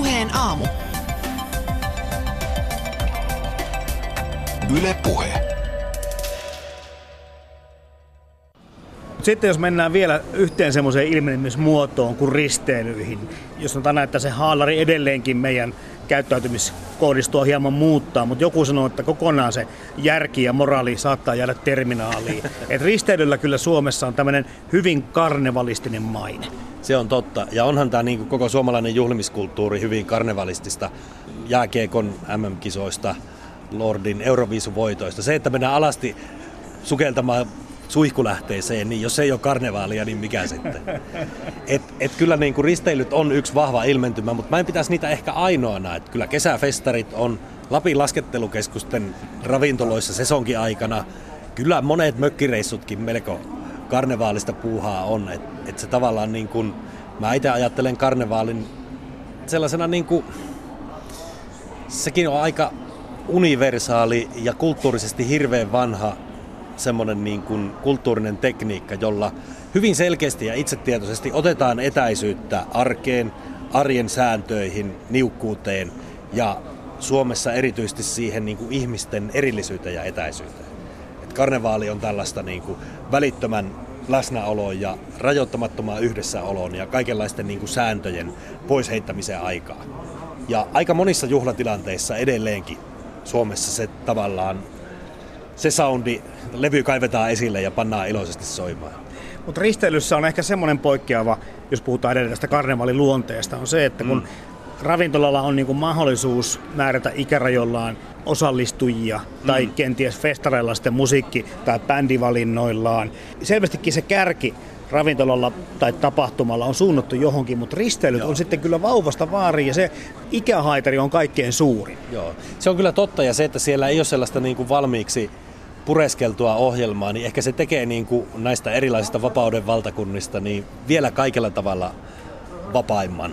Ylepuheen aamu. Yle Puhe. Sitten jos mennään vielä yhteen semmoiseen ilmenemismuotoon kuin risteilyihin, jos sanotaan, että se haalari edelleenkin meidän käyttäytymiskoodistua hieman muuttaa, mutta joku sanoo, että kokonaan se järki ja moraali saattaa jäädä terminaaliin. Et risteilyllä kyllä Suomessa on tämmöinen hyvin karnevalistinen maine. Se on totta. Ja onhan tämä niin koko suomalainen juhlimiskulttuuri hyvin karnevalistista. Jääkiekon MM-kisoista, Lordin Euroviisuvoitoista. Se, että mennään alasti sukeltamaan suihkulähteeseen, niin jos ei ole karnevaalia, niin mikä sitten? Et kyllä niin kuin risteilyt on yksi vahva ilmentymä, mutta mä en pitäisi niitä ehkä ainoana. Et kyllä kesäfestarit on Lapin laskettelukeskusten ravintoloissa sesonkin aikana. Kyllä monet mökkireissutkin melko karnevaalista puuhaa on. Et se tavallaan niin kuin, mä itse ajattelen karnevaalin sellaisena niin kuin, sekin on aika universaali ja kulttuurisesti hirveän vanha semmoinen niin kuin kulttuurinen tekniikka, jolla hyvin selkeästi ja itsetietoisesti otetaan etäisyyttä arkeen, arjen sääntöihin, niukkuuteen ja Suomessa erityisesti siihen niin kuin ihmisten erillisyyteen ja etäisyyteen. Et karnevaali on tällaista niin kuin välittömän läsnäolon ja rajoittamattoman yhdessäolon ja kaikenlaisten niin kuin sääntöjen poisheittämisen aikaa. Ja aika monissa juhlatilanteissa edelleenkin Suomessa se tavallaan se soundi, levy kaivetaan esille ja pannaan iloisesti soimaan. Mutta risteilyssä on ehkä semmoinen poikkeava, jos puhutaan edelleen tästä karnevaalin luonteesta, on se, että kun ravintolalla on niinku mahdollisuus määrätä ikärajoillaan osallistujia tai kenties festareilla sitten musiikki- tai bändivalinnoillaan. Selvästikin se kärki ravintolalla tai tapahtumalla on suunnattu johonkin, mutta risteilyt on sitten kyllä vauvasta vaariin ja se ikähaitari on kaikkein suurin. Joo, se on kyllä totta ja se, että siellä ei ole sellaista niin kuin valmiiksi pureskeltua ohjelmaa, niin ehkä se tekee niin kuin näistä erilaisista vapauden valtakunnista niin vielä kaikella tavalla vapaimman.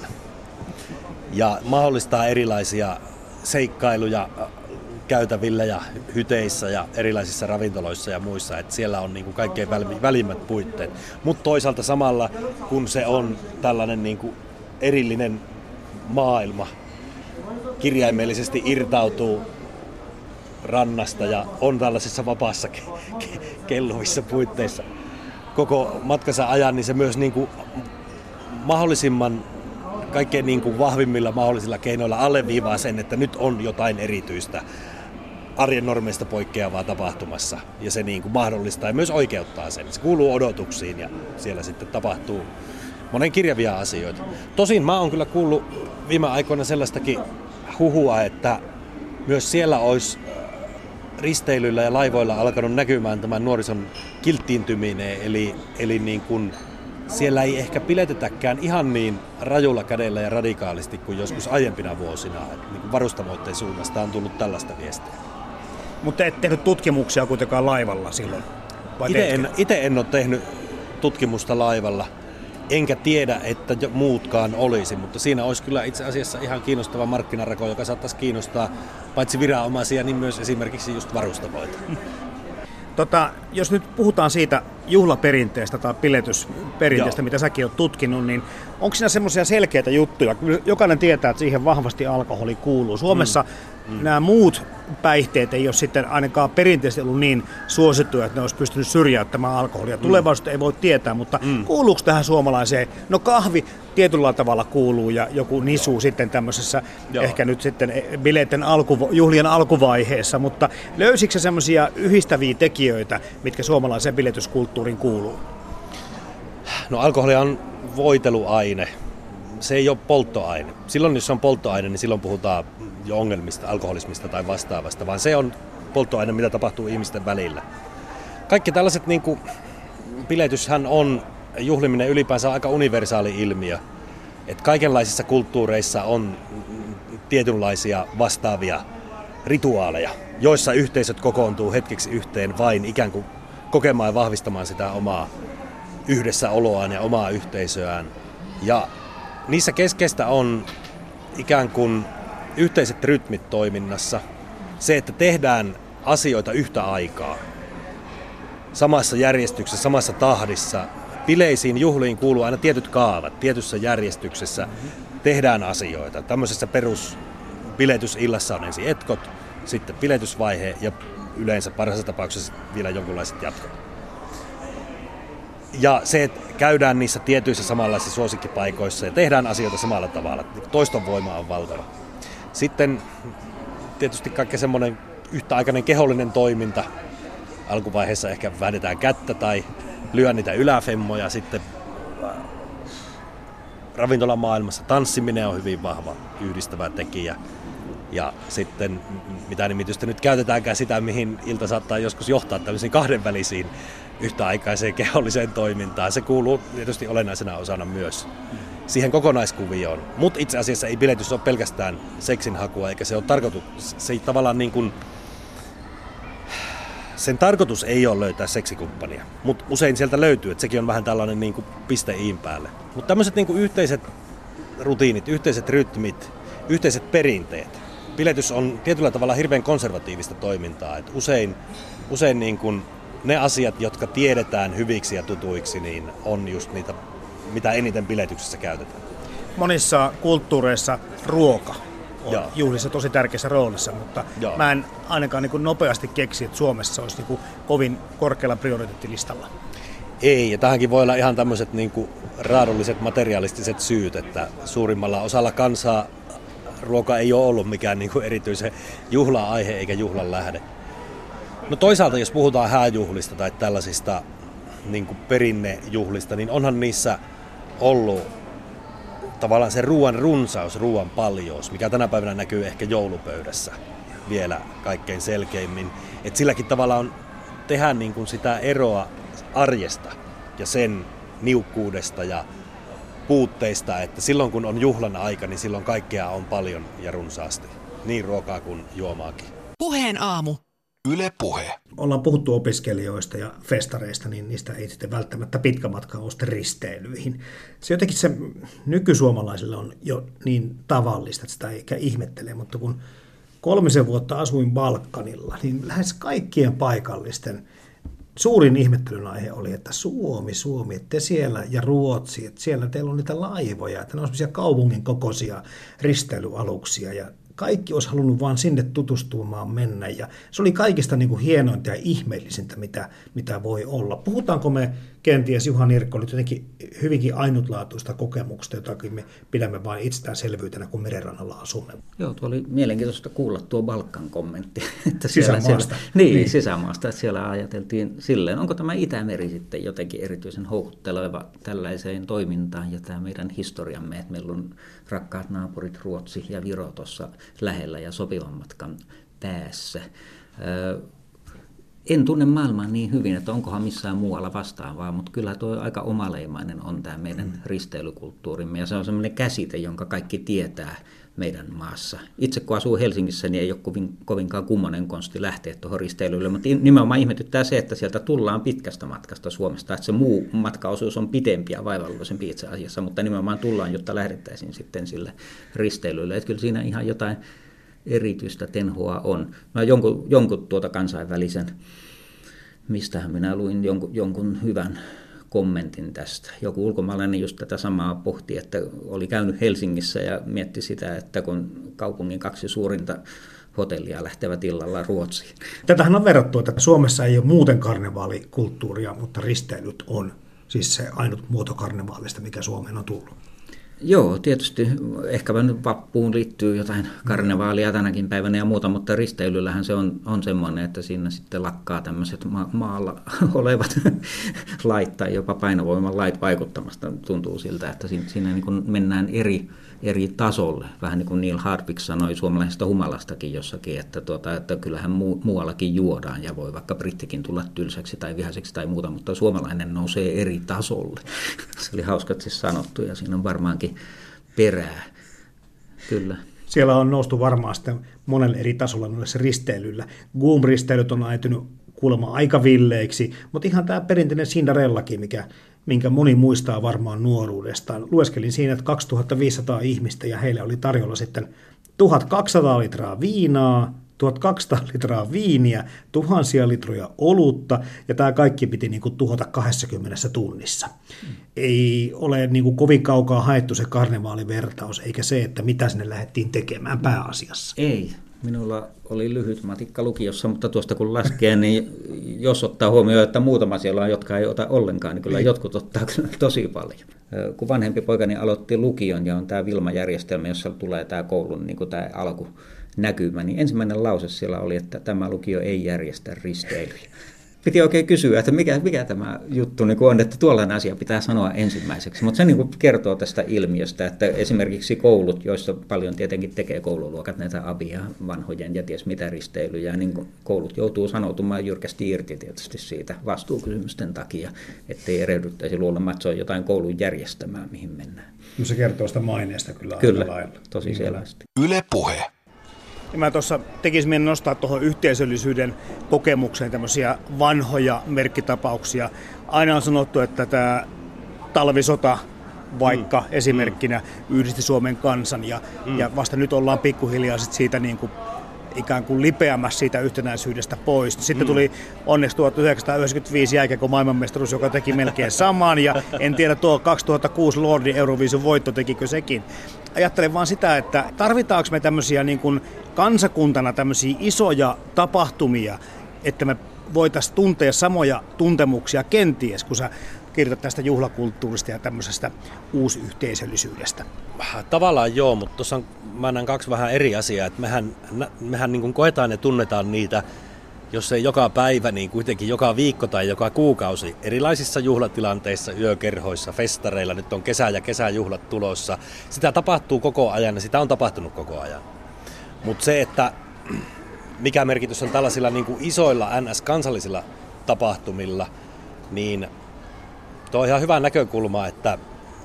Ja mahdollistaa erilaisia seikkailuja käytävillä ja hyteissä ja erilaisissa ravintoloissa ja muissa, että siellä on niin kuin kaikkein välimmät puitteet. Mutta toisaalta samalla, kun se on tällainen niin kuin erillinen maailma, kirjaimellisesti irtautuu rannasta ja on tällaisissa vapaassa kelluvissa puitteissa koko matkansa ajan, niin se myös niin kuin mahdollisimman kaikkein niin kuin vahvimmilla mahdollisilla keinoilla alleviivaa sen, että nyt on jotain erityistä arjen normeista poikkeavaa tapahtumassa ja se niin kuin mahdollistaa ja myös oikeuttaa sen. Se kuuluu odotuksiin ja siellä sitten tapahtuu monen kirjavia asioita. Tosin mä oon kyllä kuullut viime aikoina sellaistakin huhua, että myös siellä olisi risteilyillä ja laivoilla alkanut näkymään tämän nuorison kilttiintyminen, eli niin kuin siellä ei ehkä piletetäkään ihan niin rajulla kädellä ja radikaalisti kuin joskus aiempina vuosina. Niin varustamoitteen suunnasta on tullut tällaista viestiä. Mutta et tehnyt tutkimuksia kuitenkaan laivalla silloin? Itse en ole tehnyt tutkimusta laivalla, enkä tiedä, että muutkaan olisi, mutta siinä olisi kyllä itse asiassa ihan kiinnostava markkinarako, joka saattaisi kiinnostaa paitsi viranomaisia, niin myös esimerkiksi just varustamoita. Jos nyt puhutaan siitä juhlaperinteestä tai piletysperinteestä, mitä säkin oot tutkinut, niin onko siinä semmoisia selkeitä juttuja? Jokainen tietää, että siihen vahvasti alkoholi kuuluu. Suomessa nämä muut päihteet ei ole sitten ainakaan perinteisesti ollut niin suosittuja, että ne olisi pystynyt syrjäyttämään alkoholia. Tulevaisuutta ei voi tietää, mutta kuuluuko tähän suomalaiseen? No kahvi tietyllä tavalla kuuluu ja joku nisu sitten tämmöisessä ehkä nyt sitten bileiden juhlien alkuvaiheessa, mutta löysikö se semmoisia yhdistäviä tekijöitä, mitkä suomalaiseen biletyskulttuuriin kuuluu? No alkoholi on voiteluaine. Se ei ole polttoaine. Silloin jos se on polttoaine, niin silloin puhutaan jo ongelmista, alkoholismista tai vastaavasta, vaan se on polttoaine, mitä tapahtuu ihmisten välillä. Kaikki tällaiset, niin kuin biletyshän on, juhliminen ylipäänsä aika universaali ilmiö. Että kaikenlaisissa kulttuureissa on tietynlaisia vastaavia rituaaleja, joissa yhteisöt kokoontuu hetkeksi yhteen vain ikään kuin kokemaan ja vahvistamaan sitä omaa yhdessäoloaan ja omaa yhteisöään. Ja niissä keskeistä on ikään kuin yhteiset rytmit toiminnassa. Se, että tehdään asioita yhtä aikaa, samassa järjestyksessä, samassa tahdissa, bileisiin, juhliin kuuluu aina tietyt kaavat, tietyssä järjestyksessä tehdään asioita. Tämmöisessä perusbiletysillassa on ensin etkot, sitten biletysvaihe ja yleensä parhaassa tapauksessa vielä jonkunlaiset jatkot. Ja se, että käydään niissä tietyissä samanlaisissa suosikkipaikoissa ja tehdään asioita samalla tavalla, toiston voima on valtava. Sitten tietysti kaikki semmoinen yhtäaikainen kehollinen toiminta. Alkuvaiheessa ehkä väännetään kättä tai lyö niitä yläfemmoja. Sitten ravintolamaailmassa tanssiminen on hyvin vahva yhdistävä tekijä. Ja sitten, mitä nimitystä nyt käytetäänkään sitä, mihin ilta saattaa joskus johtaa tämmöisiin kahdenvälisiin yhtäaikaiseen keholliseen toimintaan. Se kuuluu tietysti olennaisena osana myös siihen kokonaiskuvioon. Mutta itse asiassa ei biletys ole pelkästään seksinhakua, eikä se ole tarkoitus. Se ei tavallaan niin kuin, sen tarkoitus ei ole löytää seksikumppania, mutta usein sieltä löytyy, että sekin on vähän tällainen niin kuin piste iin päälle. Mutta tämmöiset niin kuin yhteiset rutiinit, yhteiset rytmit, yhteiset perinteet. Biletys on tietyllä tavalla hirveän konservatiivista toimintaa. Et usein niin kuin ne asiat, jotka tiedetään hyviksi ja tutuiksi, niin on just niitä, mitä eniten biletyksessä käytetään. Monissa kulttuureissa ruoka on juhlissa tosi tärkeässä roolissa, mutta mä en ainakaan niin kuin nopeasti keksi, että Suomessa olisi niin kuin kovin korkealla prioriteettilistalla. Ei, ja tähänkin voi olla ihan tämmöiset niin kuin raadolliset materialistiset syyt, että suurimmalla osalla kansaa ruoka ei ole ollut mikään niin kuin erityisen juhla-aihe eikä juhlan lähde. No toisaalta, jos puhutaan hääjuhlista tai tällaisista niin kuin perinnejuhlista, niin onhan niissä ollut tavallaan se ruoan runsaus, ruoan paljous, mikä tänä päivänä näkyy ehkä joulupöydässä vielä kaikkein selkeimmin. Että silläkin tavalla on tehdä niin kuin sitä eroa arjesta ja sen niukkuudesta ja puutteista, että silloin kun on juhlan aika, niin silloin kaikkea on paljon ja runsaasti, niin ruokaa kuin juomaakin. Puheen aamu. Yle Puhe. Ollaan puhuttu opiskelijoista ja festareista, niin niistä ei sitten välttämättä pitkä matka ole sitten risteilyihin. Se jotenkin se nykysuomalaisille on jo niin tavallista, että sitä ei ikään ihmettele, mutta kun 3 vuotta asuin Balkanilla, niin lähes kaikkien paikallisten suurin ihmettelyn aihe oli, että Suomi, että te siellä ja Ruotsi, että siellä teillä on niitä laivoja, että ne on sellaisia kaupungin kokoisia risteilyaluksia ja kaikki olisi halunnut vaan sinne tutustumaan mennä ja se oli kaikista niin kuin hienointa ja ihmeellisintä, mitä voi olla. Puhutaanko me kenties, Juha Nirkko, nyt jotenkin hyvinkin ainutlaatuista kokemuksesta, jotakin me pidämme vain itsestäänselvyytenä, kun merenrannalla asumme? Joo, tuo oli mielenkiintoista kuulla tuo Balkan-kommentti. Että sisämaasta. Niin, sisämaasta, että siellä ajateltiin silleen. Onko tämä Itämeri sitten jotenkin erityisen houkutteleva tällaiseen toimintaan ja tämä meidän historiamme, että meillä on rakkaat naapurit Ruotsi ja Viro tuossa lähellä ja sopivan matkan päässä. En tunne maailmaa niin hyvin, että onkohan missään muualla vastaavaa, mutta kyllä tuo aika omaleimainen on tämä meidän risteilykulttuurimme ja se on sellainen käsite, jonka kaikki tietää meidän maassa. Itse kun asuu Helsingissä, niin ei ole kovinkaan kummonen konsti lähteä tuohon risteilylle, mutta nimenomaan ihmetyttää se, että sieltä tullaan pitkästä matkasta Suomesta, että se muu matkaosuus on pitempi ja vaivalloisempi itse asiassa, mutta nimenomaan tullaan, jotta lähdettäisiin sitten sille risteilylle. Että kyllä siinä ihan jotain erityistä tenhoa on. Mä jonkun kansainvälisen, mistähän minä luin jonkun hyvän kommentin tästä. Joku ulkomaalainen just tätä samaa pohti, että oli käynyt Helsingissä ja mietti sitä, että kun kaupungin 2 suurinta hotellia lähtevät illalla Ruotsiin. Tätähän on verrattu, että Suomessa ei ole muuten karnevaalikulttuuria, mutta risteilyt on siis se ainut muoto karnevaalista, mikä Suomeen on tullut. Joo, tietysti ehkäpä nyt vappuun liittyy jotain karnevaalia tänäkin päivänä ja muuta, mutta risteilyllähän se on semmoinen, että siinä sitten lakkaa tämmöiset maalla olevat lait tai jopa painovoiman lait vaikuttamasta. Tuntuu siltä, että siinä niin kuin mennään eri tasolle. Vähän niin kuin Neil Hardwick sanoi suomalaisesta humalastakin jossakin, että kyllähän muuallakin juodaan ja voi vaikka brittikin tulla tylsäksi tai vihaiseksi tai muuta, mutta suomalainen nousee eri tasolle. Se oli hauskasti sanottu ja siinä on varmaankin perää. Kyllä. Siellä on noustu varmaan sitten monella eri tasolla noissa risteilyllä. Goom-risteilyt on aitunut kuulemma aika villeiksi, mutta ihan tämä perinteinen Cinderellakin, minkä moni muistaa varmaan nuoruudestaan. Lueskelin siinä, että 2500 ihmistä ja heille oli tarjolla sitten 1200 litraa viinaa, 1200 litraa viiniä, tuhansia litroja olutta, ja tämä kaikki piti niin kuin tuhota 20 tunnissa. Ei ole niin kuin kovin kaukaa haettu se karnevaalivertaus, eikä se, että mitä sinne lähdettiin tekemään pääasiassa. Ei. Minulla oli lyhyt matikka lukiossa, mutta tuosta kun laskee, niin jos ottaa huomioon, että muutama siellä on, jotka ei ota ollenkaan, niin kyllä jotkut ottaa kyllä tosi paljon. Kun vanhempi poikani aloitti lukion ja on tämä Vilma-järjestelmä, jossa tulee tämä koulun niin kuin tämä alkunäkymä, niin ensimmäinen lause siellä oli, että tämä lukio ei järjestä risteilyjä. Piti oikein kysyä, että mikä tämä juttu niin on, että tuollainen asia pitää sanoa ensimmäiseksi. Mutta se niin kertoo tästä ilmiöstä, että esimerkiksi koulut, joissa paljon tietenkin tekee koululuokat näitä abia, vanhojen ja ties mitä risteilyjä, niin koulut joutuu sanoutumaan jyrkästi irti tietysti siitä vastuukysymysten takia, ettei erehdyttäisi luulemaan, että se on jotain koulun järjestämää, mihin mennään. No se kertoo sitä maineesta kyllä aika lailla. Tosi selvästi. Yle Puhe. Ja mä tuossa tekisin meidän nostaa tuohon yhteisöllisyyden kokemukseen tämmöisiä vanhoja merkkitapauksia. Aina on sanottu, että tämä talvisota vaikka esimerkkinä yhdisti Suomen kansan ja vasta nyt ollaan pikkuhiljaa sit siitä niin kuin ikään kuin lipeämässä siitä yhtenäisyydestä pois. Sitten tuli onneksi 1995 jälkeen maailmanmestaruus, joka teki melkein saman, ja en tiedä tuo 2006 Lordin Euroviisun voitto tekikö sekin. Ajattelen vaan sitä, että tarvitaanko me tämmöisiä niin kuin kansakuntana tämmöisiä isoja tapahtumia, että me voitaisiin tuntea samoja tuntemuksia kenties, kun sä kirjoitat tästä juhlakulttuurista ja tämmöisestä uusyhteisöllisyydestä. Tavallaan joo, mutta tuossa mä näen kaksi vähän eri asiaa. Että mehän niin kuin koetaan ja tunnetaan niitä, jos ei joka päivä, niin kuitenkin joka viikko tai joka kuukausi erilaisissa juhlatilanteissa, yökerhoissa, festareilla. Nyt on kesä- ja kesäjuhlat tulossa. Sitä tapahtuu koko ajan ja sitä on tapahtunut koko ajan. Mutta se, että mikä merkitys on tällaisilla niin kuin isoilla NS-kansallisilla tapahtumilla, niin tuo on ihan hyvä näkökulma, että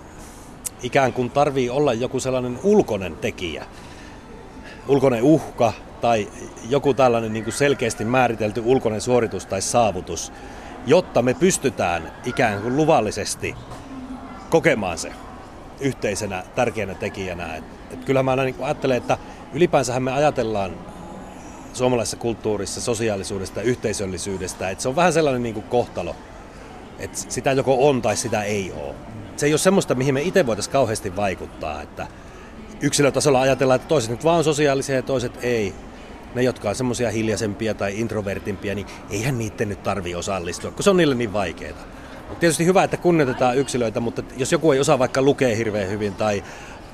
ikään kuin tarvii olla joku sellainen ulkoinen tekijä, ulkoinen uhka tai joku tällainen niin kuin selkeästi määritelty ulkoinen suoritus tai saavutus, jotta me pystytään ikään kuin luvallisesti kokemaan se yhteisenä tärkeänä tekijänä. Et kyllä mä niin kuin ajattelen, että ylipäänsähän me ajatellaan suomalaisessa kulttuurissa sosiaalisuudesta ja yhteisöllisyydestä, että se on vähän sellainen niin kuin kohtalo, että sitä joko on tai sitä ei ole. Se ei ole semmoista, mihin me itse voitaisiin kauheasti vaikuttaa, että yksilötasolla ajatellaan, että toiset nyt vaan on sosiaalisia ja toiset ei. Ne, jotka on semmoisia hiljaisempia tai introvertimpia, niin eihän niiden nyt tarvitse osallistua, kun se on niille niin vaikeaa. On tietysti hyvä, että kunnioitetaan yksilöitä, mutta jos joku ei osaa vaikka lukea hirveän hyvin tai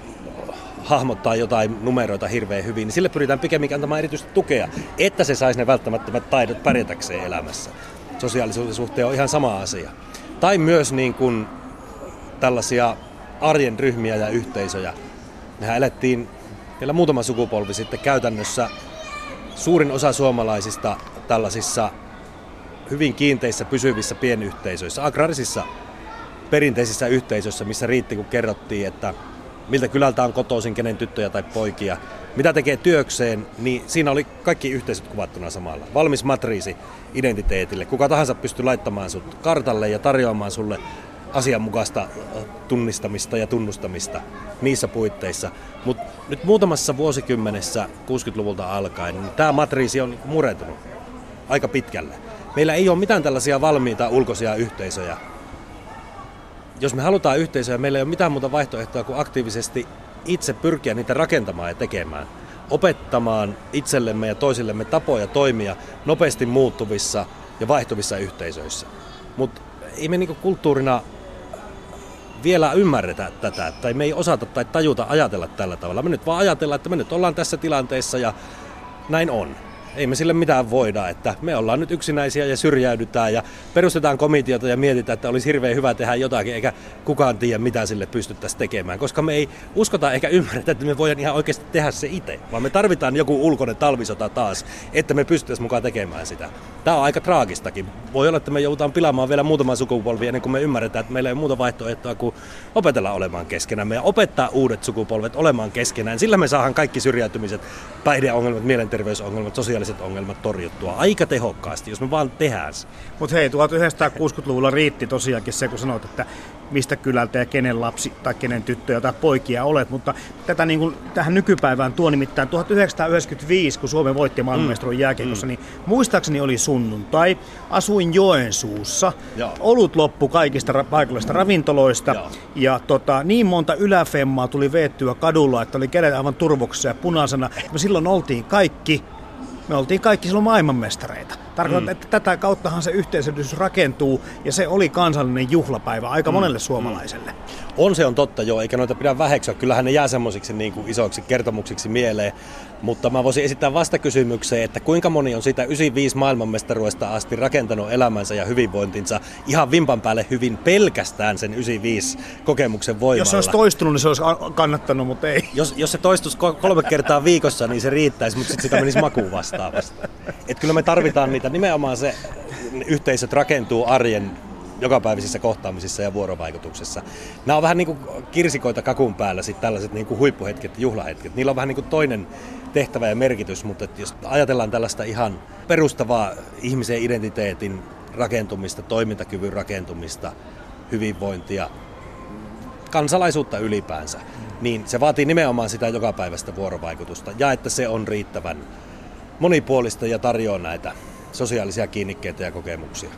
hahmottaa jotain numeroita hirveän hyvin, niin sille pyritään pikemminkin antamaan erityisesti tukea, että se saisi ne välttämättömät taidot pärjätäkseen elämässä. Sosiaalisuuden suhteen on ihan sama asia. Tai myös niin kuin tällaisia arjen ryhmiä ja yhteisöjä. Mehän elettiin vielä muutama sukupolvi sitten käytännössä suurin osa suomalaisista tällaisissa hyvin kiinteissä pysyvissä pienyhteisöissä, agraarisissa perinteisissä yhteisöissä, missä riitti kun kerrottiin, että miltä kylältä on kotoisin, kenen tyttöjä tai poikia, mitä tekee työkseen, niin siinä oli kaikki yhteisöt kuvattuna samalla. Valmis matriisi identiteetille. Kuka tahansa pystyy laittamaan sut kartalle ja tarjoamaan sulle asianmukaista tunnistamista ja tunnustamista niissä puitteissa. Mutta nyt muutamassa vuosikymmenessä 60-luvulta alkaen, niin tämä matriisi on murentunut aika pitkälle. Meillä ei ole mitään tällaisia valmiita ulkoisia yhteisöjä. Jos me halutaan yhteisöjä, meillä ei ole mitään muuta vaihtoehtoa kuin aktiivisesti itse pyrkiä niitä rakentamaan ja tekemään. Opettamaan itsellemme ja toisillemme tapoja toimia nopeasti muuttuvissa ja vaihtuvissa yhteisöissä. Mutta ei me niinku kulttuurina vielä ymmärretä tätä, tai me ei osata tai tajuta ajatella tällä tavalla. Me nyt vaan ajatellaan, että me nyt ollaan tässä tilanteessa ja näin on. Ei me sille mitään voida, että me ollaan nyt yksinäisiä ja syrjäydytään ja perustetaan komiteota ja mietitään, että olisi hirveän hyvä tehdä jotakin, eikä kukaan tiedä, mitä sille pystyttäisiin tekemään, koska me ei uskota eikä ymmärretä, että me voidaan ihan oikeasti tehdä se itse, vaan me tarvitaan joku ulkoinen talvisota taas, että me pystyttäisiin mukaan tekemään sitä. Tämä on aika traagistakin. Voi olla, että me joudutaan pilaamaan vielä muutaman sukupolvi ennen kuin me ymmärretään, että meillä ei ole muuta vaihtoehtoa kuin opetella olemaan keskenään ja opettaa uudet sukupolvet olemaan keskenään. Sillä me saadaan kaikki syrjäytymiset, päihdeongelmat, mielenterveysongelmat, sosiaaliset sosiaaliset ongelmat torjuttua aika tehokkaasti, jos me vaan tehdään se. Mutta hei, 1960-luvulla riitti tosiaankin se, kun sanoit, että mistä kylältä ja kenen lapsi tai kenen tyttöjä tai poikia olet, mutta tätä niin kuin tähän nykypäivään tuo nimittäin 1995, kun Suomi voitti maailmanmestaruuden jääkiekossa, niin muistaakseni oli sunnuntai, asuin Joensuussa, olut loppu kaikista paikallisista ravintoloista ja niin monta yläfemmaa tuli veettyä kadulla, että oli kädet aivan turvoksessa ja punaisena. Me silloin oltiin kaikki silloin maailmanmestareita. Tarkoittaa, että tätä kauttahan se yhteisöllisyys rakentuu, ja se oli kansallinen juhlapäivä aika monelle suomalaiselle. Se on totta, joo, eikä noita pidä väheksyä. Kyllähän ne jää semmoisiksi niin kuin isoiksi kertomuksiksi mieleen. Mutta mä voisin esittää vastakysymykseen, että kuinka moni on siitä 95 maailmanmestaruudesta asti rakentanut elämänsä ja hyvinvointinsa ihan vimpan päälle hyvin pelkästään sen 95 kokemuksen voimalla. Jos se olisi toistunut, niin se olisi kannattanut, mutta ei. Jos se toistuisi 3 kertaa viikossa, niin se riittäisi, mutta sitten sitä menisi makuun vastaavasti. Että kyllä me tarvitaan niitä, nimenomaan se yhteisöt rakentuu arjen jokapäiväisissä kohtaamisissa ja vuorovaikutuksessa. Nämä on vähän niin kuin kirsikoita kakun päällä, sitten tällaiset niin kuin huippuhetket ja juhlahetket. Niillä on vähän niin kuin toinen tehtävä ja merkitys, mutta jos ajatellaan tällaista ihan perustavaa ihmisen identiteetin rakentumista, toimintakyvyn rakentumista, hyvinvointia, kansalaisuutta ylipäänsä, niin se vaatii nimenomaan sitä jokapäiväistä vuorovaikutusta ja että se on riittävän monipuolista ja tarjoaa näitä sosiaalisia kiinnikkeitä ja kokemuksia.